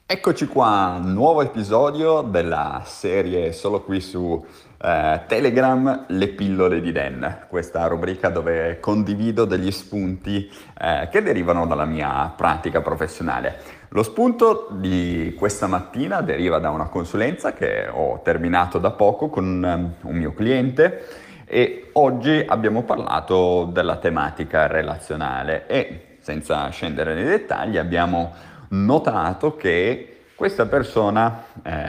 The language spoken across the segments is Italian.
Eccoci qua, nuovo episodio della serie solo qui su Telegram, Le pillole di Dan, questa rubrica dove condivido degli spunti che derivano dalla mia pratica professionale. Lo spunto di questa mattina deriva da una consulenza che ho terminato da poco con un mio cliente e oggi abbiamo parlato della tematica relazionale e senza scendere nei dettagli abbiamo notato che questa persona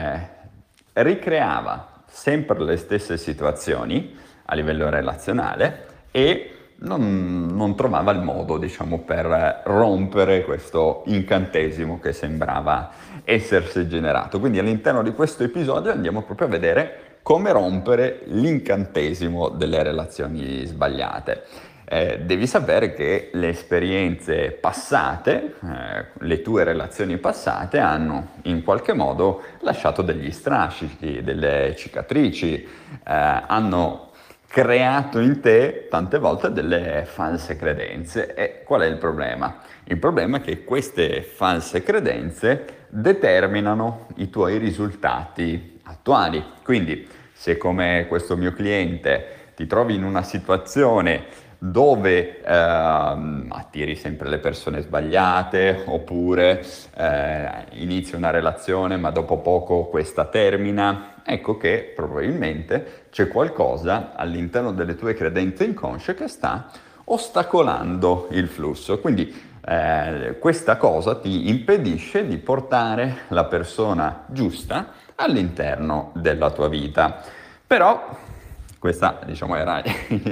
ricreava sempre le stesse situazioni a livello relazionale e non trovava il modo, diciamo, per rompere questo incantesimo che sembrava essersi generato. Quindi all'interno di questo episodio andiamo proprio a vedere come rompere l'incantesimo delle relazioni sbagliate. Devi sapere che le esperienze passate, le tue relazioni passate hanno in qualche modo lasciato degli strascichi, delle cicatrici, hanno creato in te tante volte delle false credenze. E qual è il problema? Il problema è che queste false credenze determinano i tuoi risultati attuali. Quindi se come questo mio cliente ti trovi in una situazione dove attiri sempre le persone sbagliate oppure inizi una relazione ma dopo poco questa termina, ecco che probabilmente c'è qualcosa all'interno delle tue credenze inconsce che sta ostacolando il flusso. Quindi questa cosa ti impedisce di portare la persona giusta all'interno della tua vita. Però questa, diciamo, era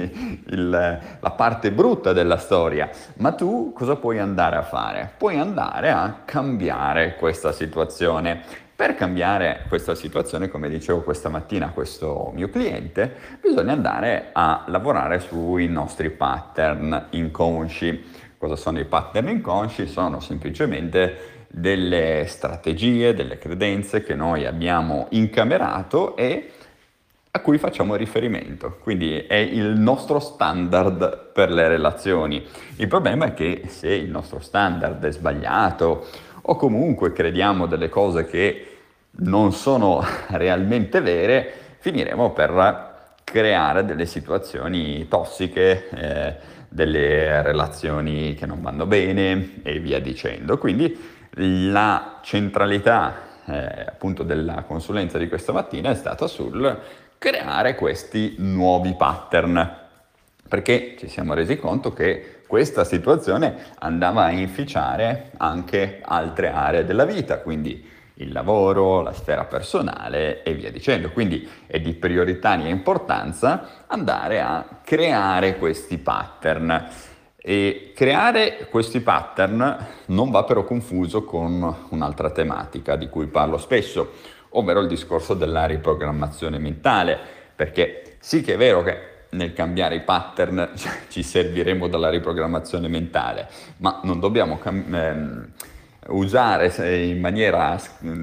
la parte brutta della storia, ma tu cosa puoi andare a fare? Puoi andare a cambiare questa situazione. Per cambiare questa situazione, come dicevo questa mattina a questo mio cliente, bisogna andare a lavorare sui nostri pattern inconsci. Cosa sono i pattern inconsci? Sono semplicemente delle strategie, delle credenze che noi abbiamo incamerato e a cui facciamo riferimento, quindi è il nostro standard per le relazioni. Il problema è che se il nostro standard è sbagliato o comunque crediamo delle cose che non sono realmente vere, finiremo per creare delle situazioni tossiche, delle relazioni che non vanno bene e via dicendo. Quindi la centralità appunto della consulenza di questa mattina è stata sul creare questi nuovi pattern, perché ci siamo resi conto che questa situazione andava a inficiare anche altre aree della vita, quindi il lavoro, la sfera personale e via dicendo. Quindi è di prioritaria importanza andare a creare questi pattern. E creare questi pattern non va però confuso con un'altra tematica di cui parlo spesso, ovvero il discorso della riprogrammazione mentale, perché sì che è vero che nel cambiare i pattern ci serviremo dalla riprogrammazione mentale, ma non dobbiamo usare in maniera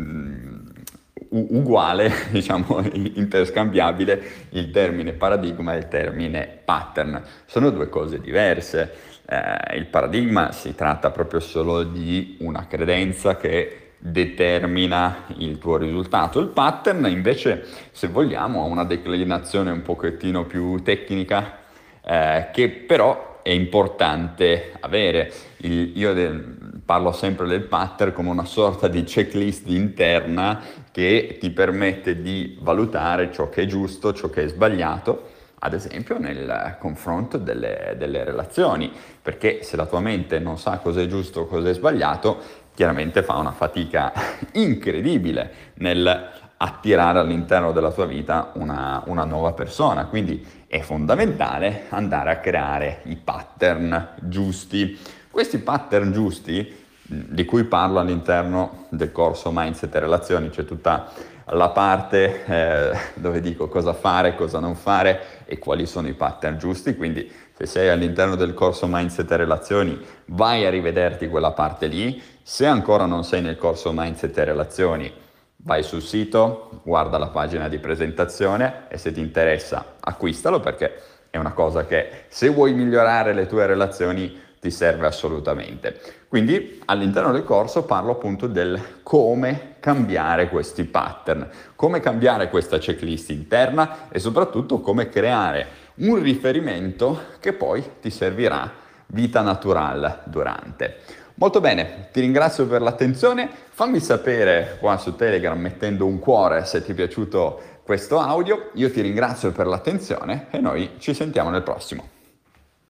uguale, diciamo interscambiabile, il termine paradigma e il termine pattern. Sono due cose diverse. Il paradigma si tratta proprio solo di una credenza che determina il tuo risultato. Il pattern invece, se vogliamo, ha una declinazione un pochettino più tecnica che però è importante avere. Parlo sempre del pattern come una sorta di checklist interna che ti permette di valutare ciò che è giusto, ciò che è sbagliato, ad esempio nel confronto delle relazioni, perché se la tua mente non sa cosa è giusto, cosa è sbagliato, chiaramente fa una fatica incredibile nel attirare all'interno della tua vita una nuova persona. Quindi è fondamentale andare a creare i pattern giusti. Questi pattern giusti, di cui parlo all'interno del corso Mindset e Relazioni, c'è tutta la parte dove dico cosa fare, cosa non fare e quali sono i pattern giusti. Quindi se sei all'interno del corso Mindset e Relazioni, vai a rivederti quella parte lì. Se ancora non sei nel corso Mindset e Relazioni, vai sul sito, guarda la pagina di presentazione e se ti interessa acquistalo, perché è una cosa che, se vuoi migliorare le tue relazioni, ti serve assolutamente. Quindi all'interno del corso parlo appunto del come cambiare questi pattern, come cambiare questa checklist interna e soprattutto come creare un riferimento che poi ti servirà vita naturale durante. Molto bene, ti ringrazio per l'attenzione, fammi sapere qua su Telegram mettendo un cuore se ti è piaciuto questo audio, io ti ringrazio per l'attenzione e noi ci sentiamo nel prossimo.